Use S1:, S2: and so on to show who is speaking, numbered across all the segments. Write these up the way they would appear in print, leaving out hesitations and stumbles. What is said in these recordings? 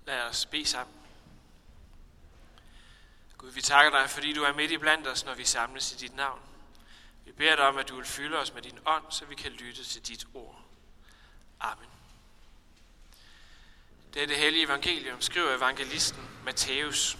S1: Lad os bede sammen. Gud, vi takker dig, fordi du er midt i blandt os, når vi samles i dit navn. Vi beder dig om, at du vil fylde os med din ånd, så vi kan lytte til dit ord. Amen. Det er det hellige evangelium, skriver evangelisten Matthæus.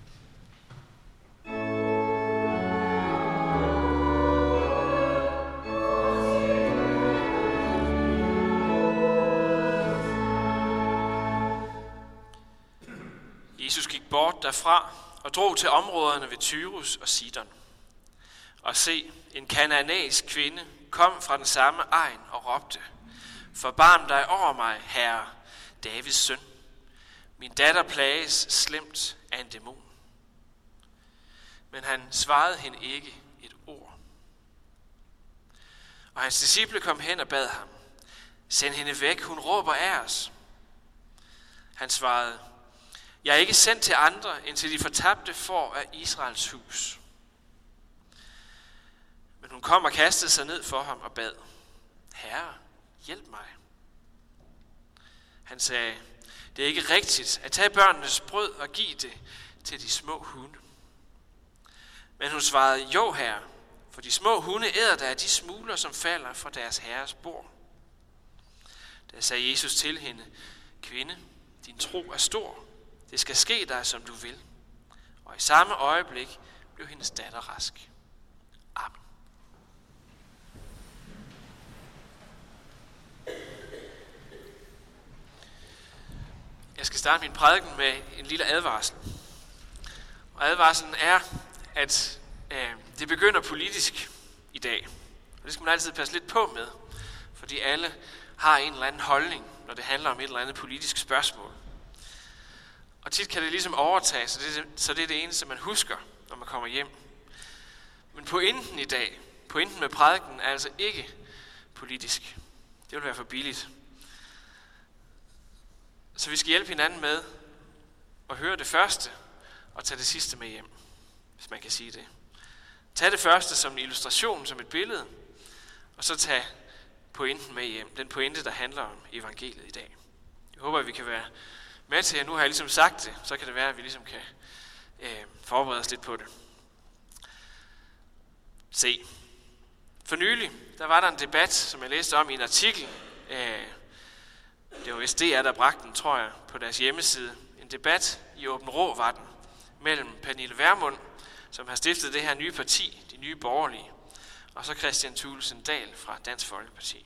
S1: Jesus gik bort derfra og drog til områderne ved Tyrus og Sidon. Og se, en kananæisk kvinde kom fra den samme egen og råbte: "Forbarm dig over mig, Herre, Davids søn. Min datter plages slemt af en dæmon." Men han svarede hende ikke et ord. Og hans disciple kom hen og bad ham: "Send hende væk, hun råber af os." Han svarede: "Jeg er ikke sendt til andre, end til de fortabte får af Israels hus." Men hun kom og kastede sig ned for ham og bad: "Herre, hjælp mig." Han sagde: "Det er ikke rigtigt at tage børnenes brød og give det til de små hunde." Men hun svarede: "Jo, herre, for de små hunde æder der af de smuler, som falder fra deres herres bord." Da sagde Jesus til hende: "Kvinde, din tro er stor. Det skal ske dig, som du vil." Og i samme øjeblik blev hendes datter rask. Amen. Jeg skal starte min prædiken med en lille advarsel. Og advarslen er, at det begynder politisk i dag. Og det skal man altid passe lidt på med, fordi alle har en eller anden holdning, når det handler om et eller andet politisk spørgsmål. Og tit kan det ligesom overtage, så det er det eneste, man husker, når man kommer hjem. Men pointen i dag, pointen med prædiken, er altså ikke politisk. Det vil være for billigt. Så vi skal hjælpe hinanden med at høre det første og tage det sidste med hjem, hvis man kan sige det. Tag det første som en illustration, som et billede, og så tag pointen med hjem. Den pointe, der handler om evangeliet i dag. Jeg håber, at vi kan være med til, at nu har jeg ligesom sagt det, så kan det være, at vi ligesom kan forberede os lidt på det. Se, for nylig, der var der en debat, som jeg læste om i en artikel. Det var vist DR, der bragte den, tror jeg, på deres hjemmeside. En debat i Åben Rå var den, mellem Pernille Vermund, som har stiftet det her nye parti, de nye borgerlige, og så Kristian Thulesen Dahl fra Dansk Folkeparti.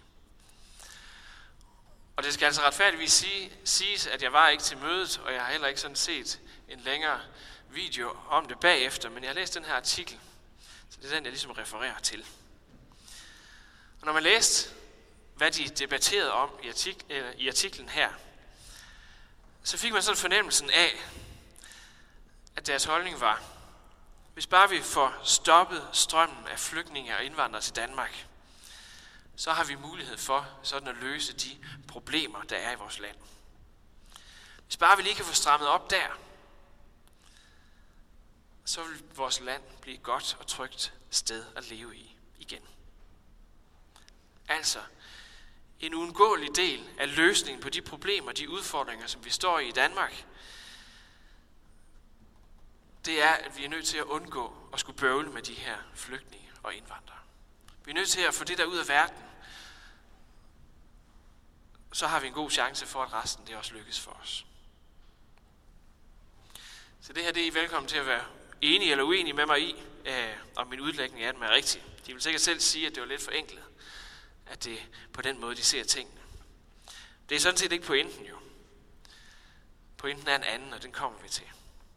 S1: Og det skal altså retfærdigvis siges, at jeg var ikke til mødet, og jeg har heller ikke sådan set en længere video om det bagefter, men jeg har læst den her artikel, så det er den, jeg ligesom refererer til. Og når man læste, hvad de debatterede om i artiklen her, så fik man sådan fornemmelsen af, at deres holdning var: hvis bare vi får stoppet strømmen af flygtninge og indvandrere til Danmark, så har vi mulighed for sådan at løse de problemer, der er i vores land. Hvis bare vi lige kan få strammet op der, så vil vores land blive et godt og trygt sted at leve i igen. Altså, en uundgåelig del af løsningen på de problemer, de udfordringer, som vi står i Danmark, det er, at vi er nødt til at undgå at skulle bøvle med de her flygtninge og indvandrere. Vi er nødt til at få det der ud af verden. Så har vi en god chance for, at resten det også lykkes for os. Så det her, det er I velkommen til at være enige eller uenige med mig i, om min udlægning af dem er rigtig. De vil sikkert selv sige, at det var lidt forenklet, at det er på den måde, de ser tingene. Det er sådan set ikke pointen jo. Pointen er en anden, og den kommer vi til.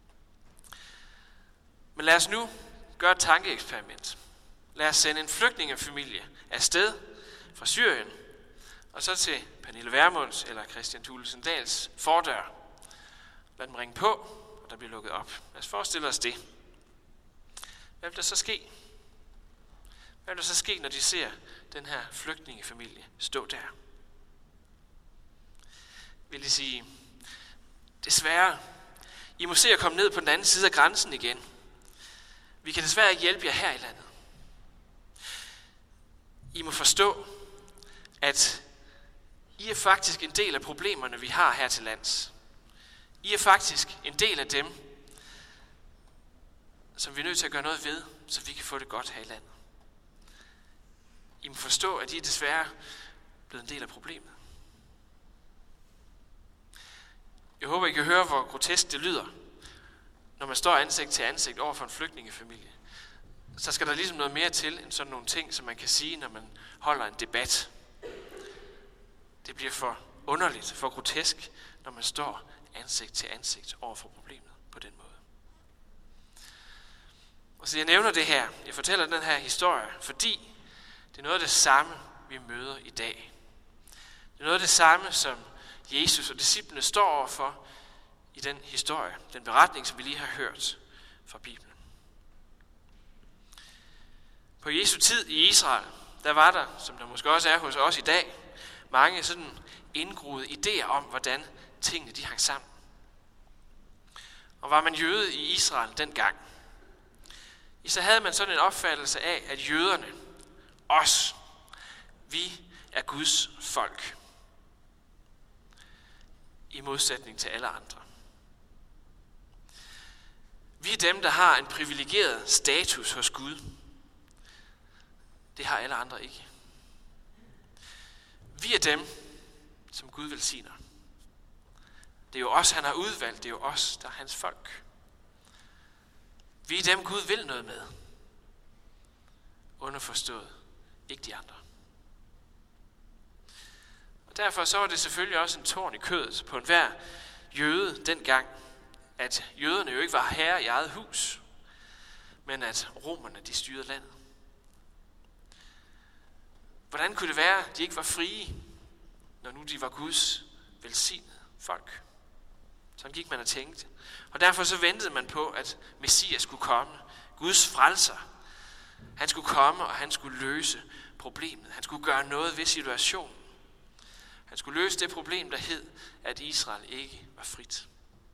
S1: Men lad os nu gøre et tankeeksperiment. Lad os sende en flygtningefamilie afsted fra Syrien, og så til Pernille Vermunds eller Kristian Thulesen Dahls fordør. Lad dem ringe på, og der bliver lukket op. Lad os forestille os det. Hvad vil der så ske? Hvad vil der så ske, når de ser den her flygtningefamilie stå der? Vil de sige: desværre, I må se at komme ned på den anden side af grænsen igen. Vi kan desværre ikke hjælpe jer her i landet. I må forstå, at I er faktisk en del af problemerne, vi har her til lands. I er faktisk en del af dem, som vi er nødt til at gøre noget ved, så vi kan få det godt her i landet. I må forstå, at I er desværre blevet en del af problemet. Jeg håber, I kan høre, hvor grotesk det lyder, når man står ansigt til ansigt over for en flygtningefamilie. Så skal der ligesom noget mere til, end sådan nogle ting, som man kan sige, når man holder en debat. Det bliver for underligt, for grotesk, når man står ansigt til ansigt over for problemet på den måde. Og så jeg nævner det her, jeg fortæller den her historie, fordi det er noget af det samme, vi møder i dag. Det er noget af det samme, som Jesus og disciplene står overfor i den historie, den beretning, som vi lige har hørt fra Bibelen. På Jesu tid i Israel, der var der, som der måske også er hos os i dag, mange sådan indgroede idéer om, hvordan tingene de hang sammen. Og var man jøde i Israel dengang, så havde man sådan en opfattelse af, at jøderne, os, vi er Guds folk. I modsætning til alle andre. Vi er dem, der har en privilegeret status hos Gud. Det har alle andre ikke. Vi er dem, som Gud velsigner. Det er jo os, han har udvalgt. Det er jo os, der er hans folk. Vi er dem, Gud vil noget med. Underforstået. Ikke de andre. Og derfor så var det selvfølgelig også en torn i kødet på enhver jøde dengang, at jøderne jo ikke var herre i eget hus, men at romerne de styrede landet. Hvordan kunne det være, at de ikke var frie, når nu de var Guds velsignede folk? Sådan gik man og tænkte. Og derfor så ventede man på, at Messias skulle komme. Guds frelser. Han skulle komme, og han skulle løse problemet. Han skulle gøre noget ved situationen. Han skulle løse det problem, der hed, at Israel ikke var frit.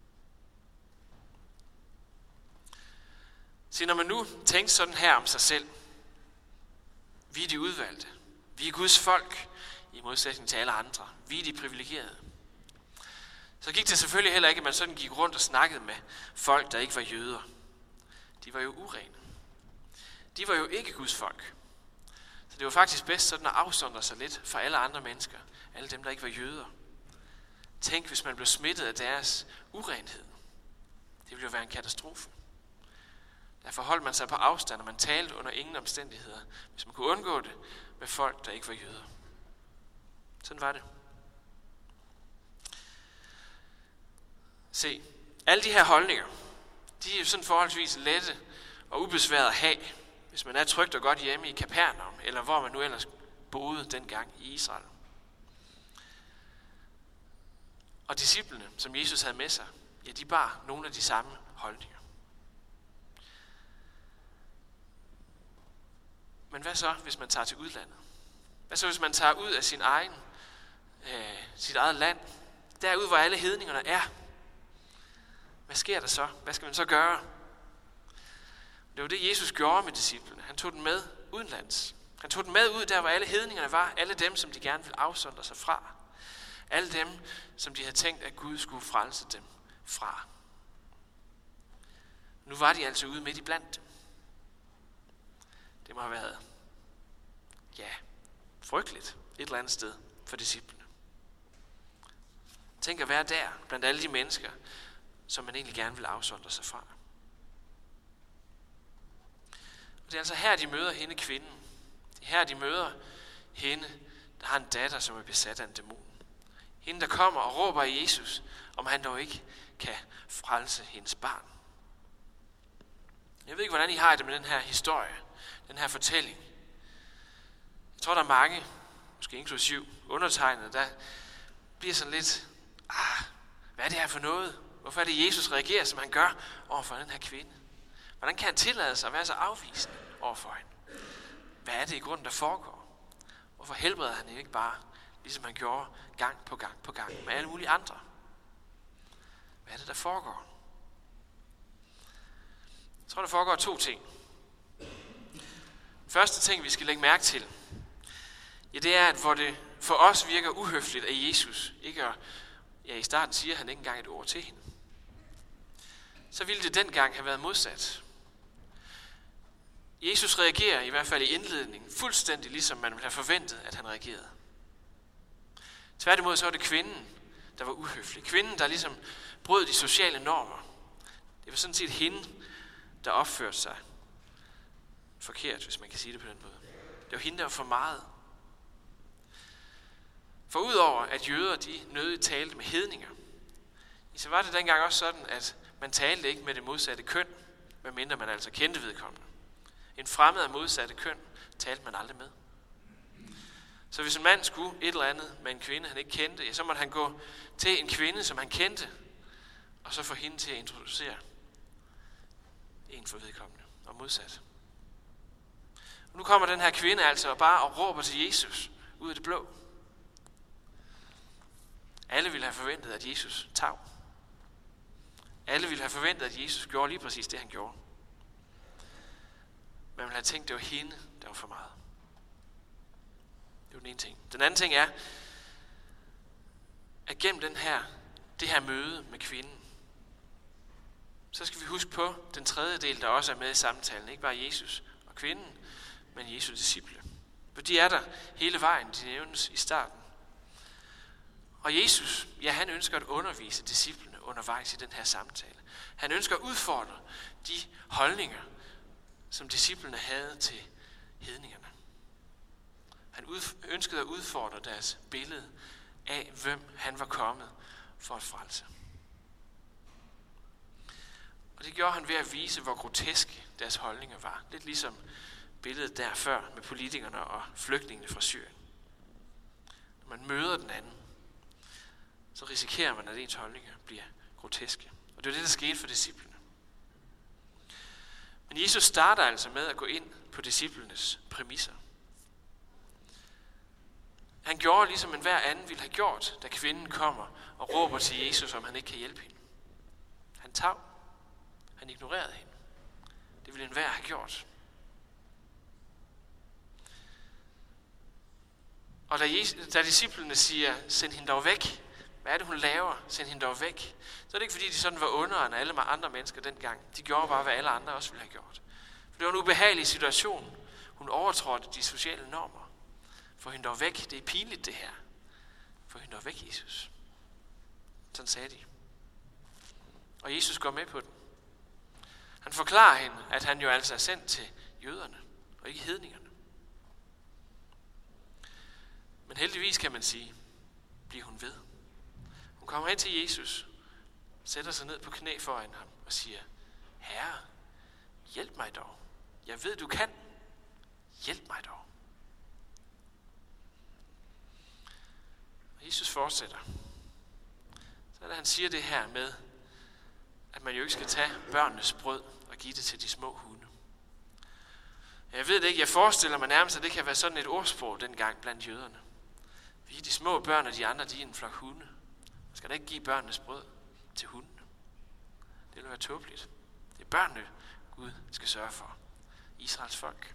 S1: Så når man nu tænker sådan her om sig selv, vi er de udvalgte. Vi er Guds folk, i modsætning til alle andre. Vi er de privilegerede. Så gik det selvfølgelig heller ikke, at man sådan gik rundt og snakkede med folk, der ikke var jøder. De var jo urene. De var jo ikke Guds folk. Så det var faktisk bedst sådan at afsondre sig lidt fra alle andre mennesker. Alle dem, der ikke var jøder. Tænk, hvis man blev smittet af deres urenhed. Det ville jo være en katastrofe. Derfor holdt man sig på afstand, og man talte under ingen omstændigheder, hvis man kunne undgå det med folk, der ikke var jøder. Sådan var det. Se, alle de her holdninger, de er jo sådan forholdsvis lette og ubesværet at have, hvis man er trygt og godt hjemme i Kapernaum, eller hvor man nu ellers boede dengang i Israel. Og disciplene, som Jesus havde med sig, ja, de bar nogle af de samme holdninger. Men hvad så, hvis man tager til udlandet? Hvad så, hvis man tager ud af sit eget land, derud, hvor alle hedningerne er? Hvad sker der så? Hvad skal man så gøre? Det var det, Jesus gjorde med disciplene. Han tog dem med udenlands. Han tog dem med ud der, hvor alle hedningerne var. Alle dem, som de gerne ville afsondre sig fra. Alle dem, som de havde tænkt, at Gud skulle frelse dem fra. Nu var de altså ude midt i blandt dem. Det må have været, frygteligt et eller andet sted for disciplene. Tænk at være der, blandt alle de mennesker, som man egentlig gerne vil afsondre sig fra. Og det er altså her, de møder hende kvinden. Det er her, de møder hende, der har en datter, som er besat af en dæmon. Hende, der kommer og råber af Jesus, om han dog ikke kan frelse hendes barn. Jeg ved ikke, hvordan I har det med den her historie, den her fortælling. Jeg tror, der er mange, måske inklusiv undertegnede, der bliver sådan lidt, hvad er det her for noget? Hvorfor er det, Jesus reagerer, som han gør over for den her kvinde? Hvordan kan han tillade sig at være så afvisende over for hende? Hvad er det i grunden, der foregår? Hvorfor helbreder han ikke bare, ligesom han gjorde gang på gang på gang med alle mulige andre? Hvad er det, der foregår? Jeg tror, der foregår 2 ting. Første ting, vi skal lægge mærke til, det er, at hvor det for os virker uhøfligt af Jesus, ikke at, i starten siger han ikke engang et ord til hende. så ville det dengang have været modsat. Jesus reagerer i hvert fald i indledningen fuldstændig ligesom man ville have forventet, at han reagerede. Tværtimod så var det kvinden, der var uhøflig. Kvinden, der ligesom brød de sociale normer. Det var sådan set hende, der opførte sig forkert, hvis man kan sige det på den måde. Det var hende, der var for meget. For udover at jøder, de nødigt talte med hedninger, så var det dengang også sådan, at man talte ikke med det modsatte køn, medmindre man altså kendte vedkommende. En fremmed af modsatte køn talte man aldrig med. Så hvis en mand skulle et eller andet med en kvinde, han ikke kendte, ja, så måtte han gå til en kvinde, som han kendte, og så få hende til at introducere en for vedkommende, og modsat. Og nu kommer den her kvinde altså bare og råber til Jesus ud af det blå. Alle ville have forventet, at Jesus tav. Alle ville have forventet, at Jesus gjorde lige præcis det, han gjorde. Man ville have tænkt, det var hende, der var for meget. Det var den ene ting. Den anden ting er, at gennem det her møde med kvinden, så skal vi huske på den tredje del, der også er med i samtalen. Ikke bare Jesus og kvinden, men Jesu disciple. For de er der hele vejen, de nævnes i starten. Og Jesus, ja, han ønsker at undervise disciplene undervejs i den her samtale. Han ønsker at udfordre de holdninger, som disciplene havde til hedningerne. Han ønskede at udfordre deres billede af, hvem han var kommet for at frelse. Og det gjorde han ved at vise, hvor groteske deres holdninger var. Lidt ligesom billedet der før med politikerne og flygtningene fra Syrien. Når man møder den anden, så risikerer man, at ens holdninger bliver groteske. Og det er det, der skete for disciplene. Men Jesus starter altså med at gå ind på disciplenes præmisser. Han gjorde ligesom enhver anden ville have gjort, da kvinden kommer og råber til Jesus, om han ikke kan hjælpe hende. Han tav. Han ignorerede hende. Det ville enhver have gjort. Og da disciplene siger, send hende dog væk, hvad er det, hun laver? Send hende dog væk. Så er det ikke, fordi de sådan var underere end alle andre mennesker dengang. De gjorde bare, hvad alle andre også ville have gjort. For det var en ubehagelig situation. Hun overtrådte de sociale normer. Få hende dog væk. Det er pinligt, det her. Få hende dog væk, Jesus. Sådan sagde de. Og Jesus går med på den. Han forklarer hende, at han jo altså er sendt til jøderne, og ikke hedningerne. Men heldigvis kan man sige, bliver hun ved. Hun kommer hen til Jesus, sætter sig ned på knæ foran ham og siger, Herre, hjælp mig dog. Jeg ved, du kan. Hjælp mig dog. Og Jesus fortsætter. Så da han siger det her med, at man jo ikke skal tage børnenes brød og give det til de små hunde. Jeg ved det ikke, jeg forestiller mig nærmest, at det kan være sådan et ordsprog dengang blandt jøderne. Vi er de små børn, og de andre, de er en flok hunde. Man skal da ikke give børnenes brød til hundene. Det vil være tåbeligt. Det er børnene, Gud skal sørge for. Israels folk.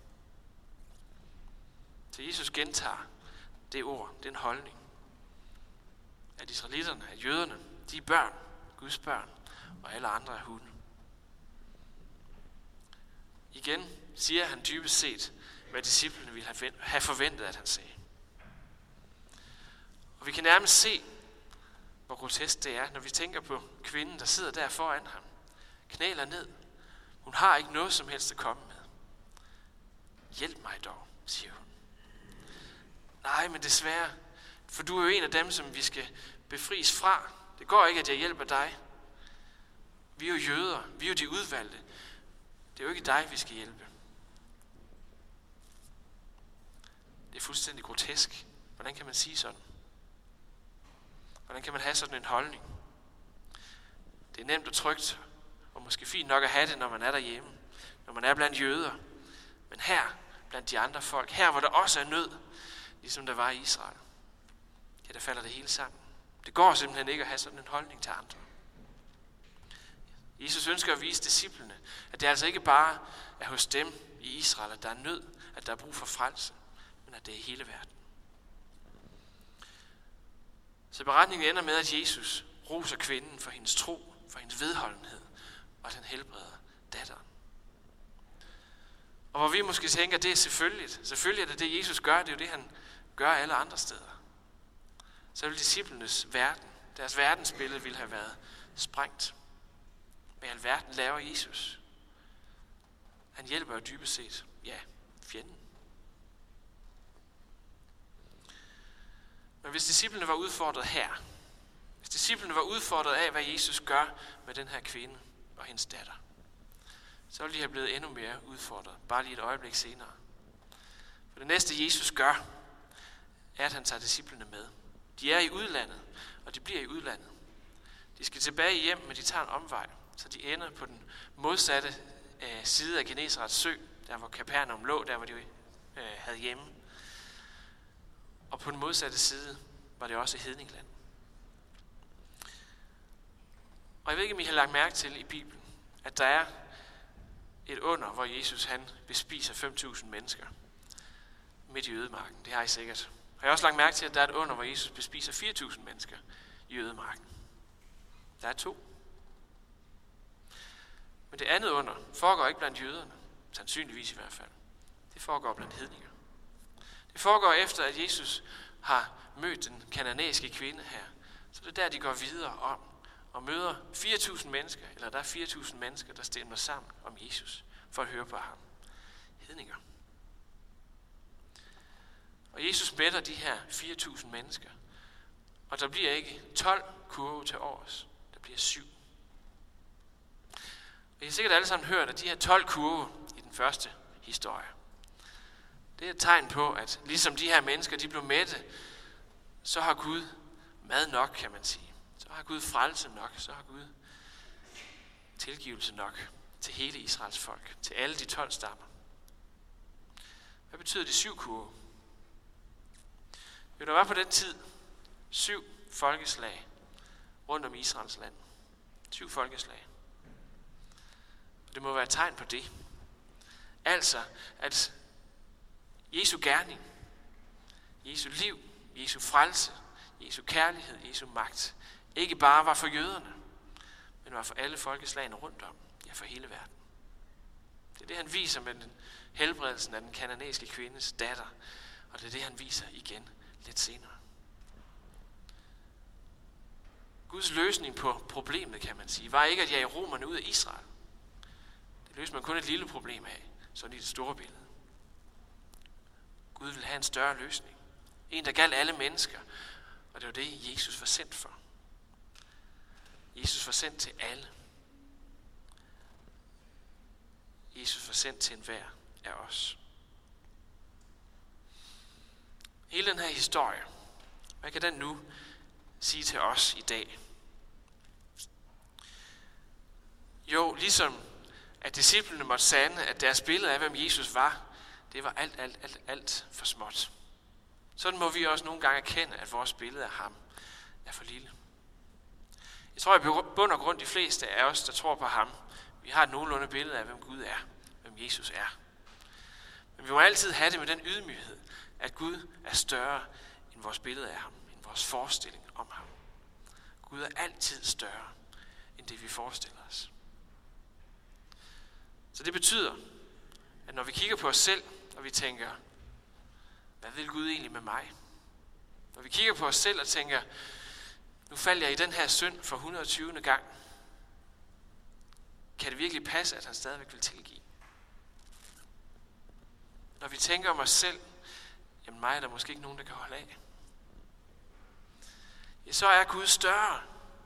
S1: Så Jesus gentager det ord, den holdning. At israelitterne, at jøderne, de er børn, Guds børn, og alle andre er hunde. Igen siger han dybest set, hvad disciplene ville have forventet, at han sagde. Og vi kan nærmest se, hvor grotesk det er, når vi tænker på kvinden, der sidder der foran ham. Knæler ned. Hun har ikke noget som helst at komme med. Hjælp mig dog, siger hun. Nej, men desværre, for du er jo en af dem, som vi skal befries fra. Det går ikke, at jeg hjælper dig. Vi er jo jøder, vi er jo de udvalgte. Det er jo ikke dig, vi skal hjælpe. Det er fuldstændig grotesk. Hvordan kan man sige sådan? Hvordan kan man have sådan en holdning? Det er nemt og trygt, og måske fint nok at have det, når man er derhjemme. Når man er blandt jøder. Men her, blandt de andre folk, her hvor der også er nød, ligesom der var i Israel, ja, der falder det hele sammen. Det går simpelthen ikke at have sådan en holdning til andre. Jesus ønsker at vise disciplene, at det altså ikke bare er hos dem i Israel, at der er nød, at der er brug for frelse, men at det er i hele verden. Så beretningen ender med, at Jesus roser kvinden for hendes tro, for hendes vedholdenhed, og den helbreder datteren. Og hvor vi måske tænker, det er selvfølgeligt. Selvfølgelig er det Jesus gør, det er jo det, han gør alle andre steder. Så vil disciplenes verden, deres verdensbillede ville have været sprængt. Hvad i alverden laver Jesus? Han hjælper jo dybest set, fjenden. Men hvis disciplene var udfordret her, hvis disciplene var udfordret af, hvad Jesus gør med den her kvinde og hendes datter, så ville de have blevet endnu mere udfordret, bare lige et øjeblik senere. For det næste Jesus gør, er, at han tager disciplene med. De er i udlandet, og de bliver i udlandet. De skal tilbage hjem, men de tager en omvej, så de ender på den modsatte side af Genesarets sø, der hvor Kapernaum lå, der hvor de havde hjemme. Og på den modsatte side var det også hedningland. Og jeg ved ikke, om I har lagt mærke til i Bibelen, at der er et under, hvor Jesus han bespiser 5.000 mennesker midt i ødemarken. Det har I sikkert. Og jeg har også lagt mærke til, at der er et under, hvor Jesus bespiser 4.000 mennesker i ødemarken. Der er 2. Men det andet under foregår ikke blandt jøderne, sandsynligvis i hvert fald. Det foregår blandt hedninger. Det foregår efter, at Jesus har mødt den kananæiske kvinde her. Så det er der, de går videre om og møder 4.000 mennesker, eller der er 4.000 mennesker, der stemmer sammen om Jesus for at høre på ham. Hedninger. Og Jesus mætter de her 4.000 mennesker, og der bliver ikke 12 kurve til års, der bliver 7. Og I har sikkert alle sammen hørt, at de her 12 kurve i den første historie, det er et tegn på, at ligesom de her mennesker, de blev mætte, så har Gud mad nok, kan man sige. Så har Gud frelse nok, så har Gud tilgivelse nok til hele Israels folk, til alle de 12 stammer. Hvad betyder de 7 kurve? Jo, der var på den tid 7 folkeslag rundt om Israels land. 7 folkeslag. Det må være et tegn på det. Altså, at Jesu gerning, Jesu liv, Jesu frelse, Jesu kærlighed, Jesu magt, ikke bare var for jøderne, men var for alle folkeslagene rundt om, ja, for hele verden. Det er det, han viser med den helbredelsen af den kananæiske kvindes datter, og det er det, han viser igen lidt senere. Guds løsning på problemet, kan man sige, var ikke at jage romerne ud af Israel. Det løste man kun et lille problem af, sådan i det store billede. Gud ville have en større løsning. En, der galt alle mennesker. Og det var det, Jesus var sendt for. Jesus var sendt til alle. Jesus var sendt til enhver af os. Hele den her historie, hvad kan den nu sige til os i dag? Jo, ligesom at disciplene måtte sande, at deres billede af, hvem Jesus var, det var alt for småt. Sådan må vi også nogle gange erkende, at vores billede af ham er for lille. Jeg tror, at i bund og grund de fleste af os, der tror på ham, vi har et nogenlunde billede af, hvem Gud er, hvem Jesus er. Men vi må altid have det med den ydmyghed, at Gud er større end vores billede af ham, end vores forestilling om ham. Gud er altid større end det, vi forestiller os. Så det betyder, at når vi kigger på os selv, og vi tænker, hvad vil Gud egentlig med mig? Når vi kigger på os selv og tænker, nu falder jeg i den her synd for 120. gang. Kan det virkelig passe, at han stadigvæk vil tilgive? Når vi tænker om os selv, jamen mig er der måske ikke nogen, der kan holde af. Ja, så er Gud større.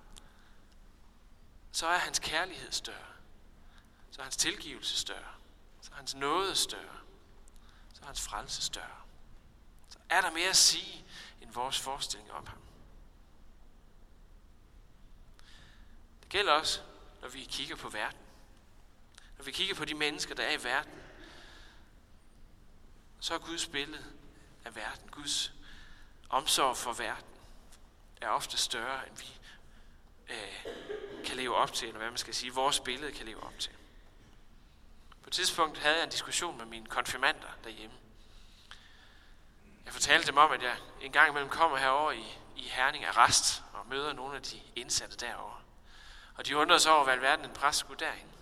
S1: Så er hans kærlighed større. Så er hans tilgivelse større. Så er hans nåde større. Så er hans frelse større. Så er der mere at sige end vores forestilling om ham. Det gælder også, når vi kigger på verden. Når vi kigger på de mennesker, der er i verden, så er Guds billede af verden, Guds omsorg for verden, er ofte større, end vi kan leve op til, eller hvad man skal sige, vores billede kan leve op til. På et tidspunkt havde jeg en diskussion med mine konfirmander derhjemme. Jeg fortalte dem om, at jeg en gang imellem kommer herover i Herning Arrest og møder nogle af de indsatte derovre. Og de undrede sig over, hvad alverden en præst skulle derhen.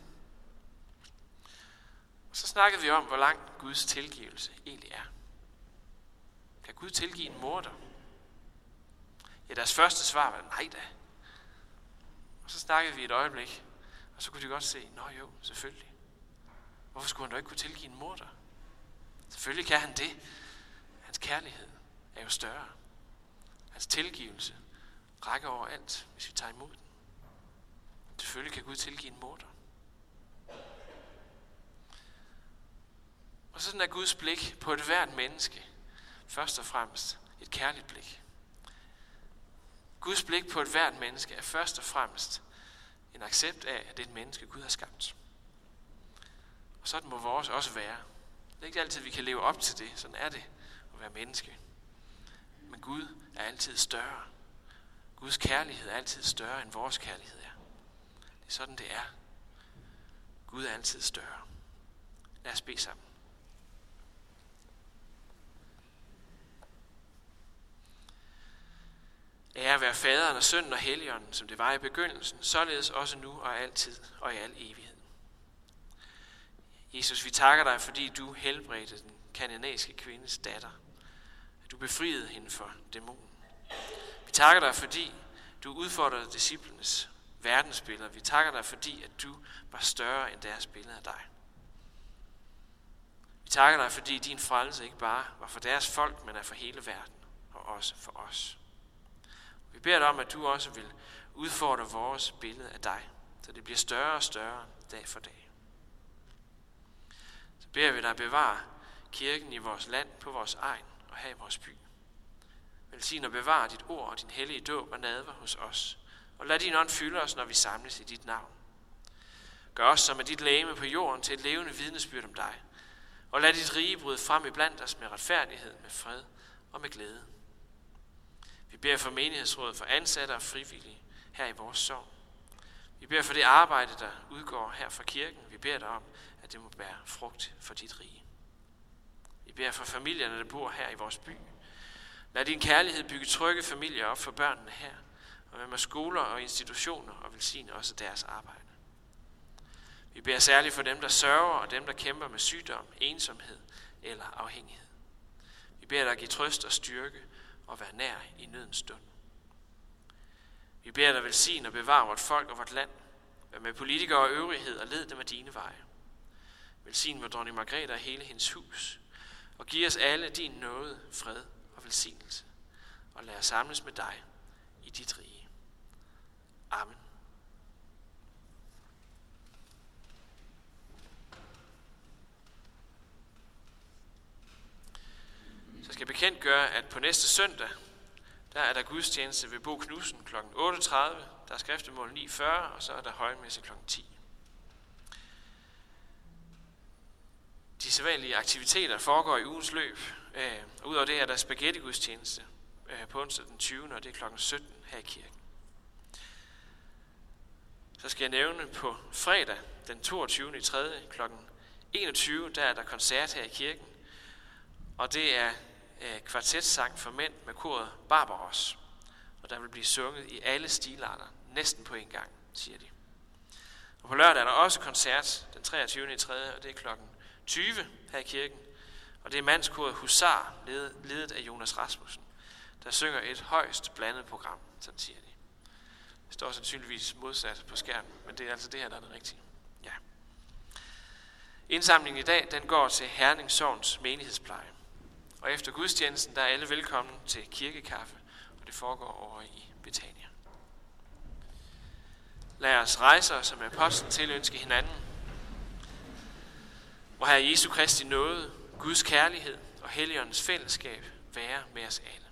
S1: Og så snakkede vi om, hvor lang Guds tilgivelse egentlig er. Kan Gud tilgive en morder? Ja, deres første svar var nej da. Og så snakkede vi et øjeblik, og så kunne de godt se, nå jo, selvfølgelig. Hvorfor skulle han da ikke kunne tilgive en morder? Selvfølgelig kan han det. Hans kærlighed er jo større. Hans tilgivelse rækker over alt, hvis vi tager imod den. Selvfølgelig kan Gud tilgive en morder. Og sådan er Guds blik på et hvert menneske først og fremmest et kærligt blik. Guds blik på et hvert menneske er først og fremmest en accept af, at det er et menneske, Gud har skabt. Og sådan må vores også være. Det er ikke altid, vi kan leve op til det. Sådan er det at være menneske. Men Gud er altid større. Guds kærlighed er altid større, end vores kærlighed er. Det er sådan, det er. Gud er altid større. Lad os bede sammen. Ære være faderen og sønnen og helligånden, som det var i begyndelsen, således også nu og altid og i al evighed. Jesus, vi takker dig, fordi du helbredte den kananæiske kvindes datter. At du befriede hende for dæmonen. Vi takker dig, fordi du udfordrede disciplenes verdensbilleder. Vi takker dig, fordi at du var større end deres billede af dig. Vi takker dig, fordi din frelse ikke bare var for deres folk, men er for hele verden og også for os. Vi beder dig om, at du også vil udfordre vores billede af dig, så det bliver større og større dag for dag. Så beder vi dig at bevare kirken i vores land, på vores egen og her i vores by. Velsign og bevare dit ord og din hellige dåb og nadver hos os, og lad din ånd fylde os, når vi samles i dit navn. Gør os som er dit legeme på jorden til et levende vidnesbyrd om dig, og lad dit rige bryde frem iblandt os med retfærdighed, med fred og med glæde. Vi beder for menighedsrådet, for ansatte og frivillige her i vores sogn. Vi beder for det arbejde, der udgår her fra kirken. Vi beder dig om, at det må bære frugt for dit rige. Vi beder for familierne, der bor her i vores by. Lad din kærlighed bygge trygge familier op for børnene her, og med skoler og institutioner, og velsigne også deres arbejde. Vi beder særligt for dem, der sørger, og dem, der kæmper med sygdom, ensomhed eller afhængighed. Vi beder dig at give trøst og styrke, og være nær i nødens stund. Vi beder dig velsigne og bevare vort folk og vort land. Vær med politikere og øvrighed og led dem af dine veje. Velsign vor dronning Margrethe og hele hendes hus. Og giv os alle din nåde, fred og velsignelse. Og lad os samles med dig i dit rige. Amen. Så skal jeg bekendtgøre, at på næste søndag, der er der gudstjeneste ved Bo Knudsen kl. 8.30, der er skriftemål 9.40, og så er der højmesse kl. 10. De sædvanlige aktiviteter foregår i ugens løb, og udover det er der spaghetti-gudstjeneste på onsdag den 20. og det er kl. 17 her i kirken. Så skal jeg nævne på fredag den 22. i 3. kl. 21, der er der koncert her i kirken, og det er kvartetsang for mænd med koret Barbaros. Og der vil blive sunget i alle stilarter, næsten på en gang, siger de. Og på lørdag er der også koncert den 23. i 3. og det er kl. 20 her i kirken. Og det er mandskoret Husar, ledet af Jonas Rasmussen, der synger et højst blandet program, sådan siger de. Det står sandsynligvis modsat på skærmen, men det er altså det her, der er det rigtige. Ja. Indsamlingen i dag, den går til Herning Sogns menighedspleje. Og efter gudstjenesten, der er alle velkommen til kirkekaffe, og det foregår over i Betania. Lad os rejse os og med apostlen tilønske hinanden. Hvor Herre Jesu Kristi nåde, Guds kærlighed og Helligåndens fællesskab være med os alle.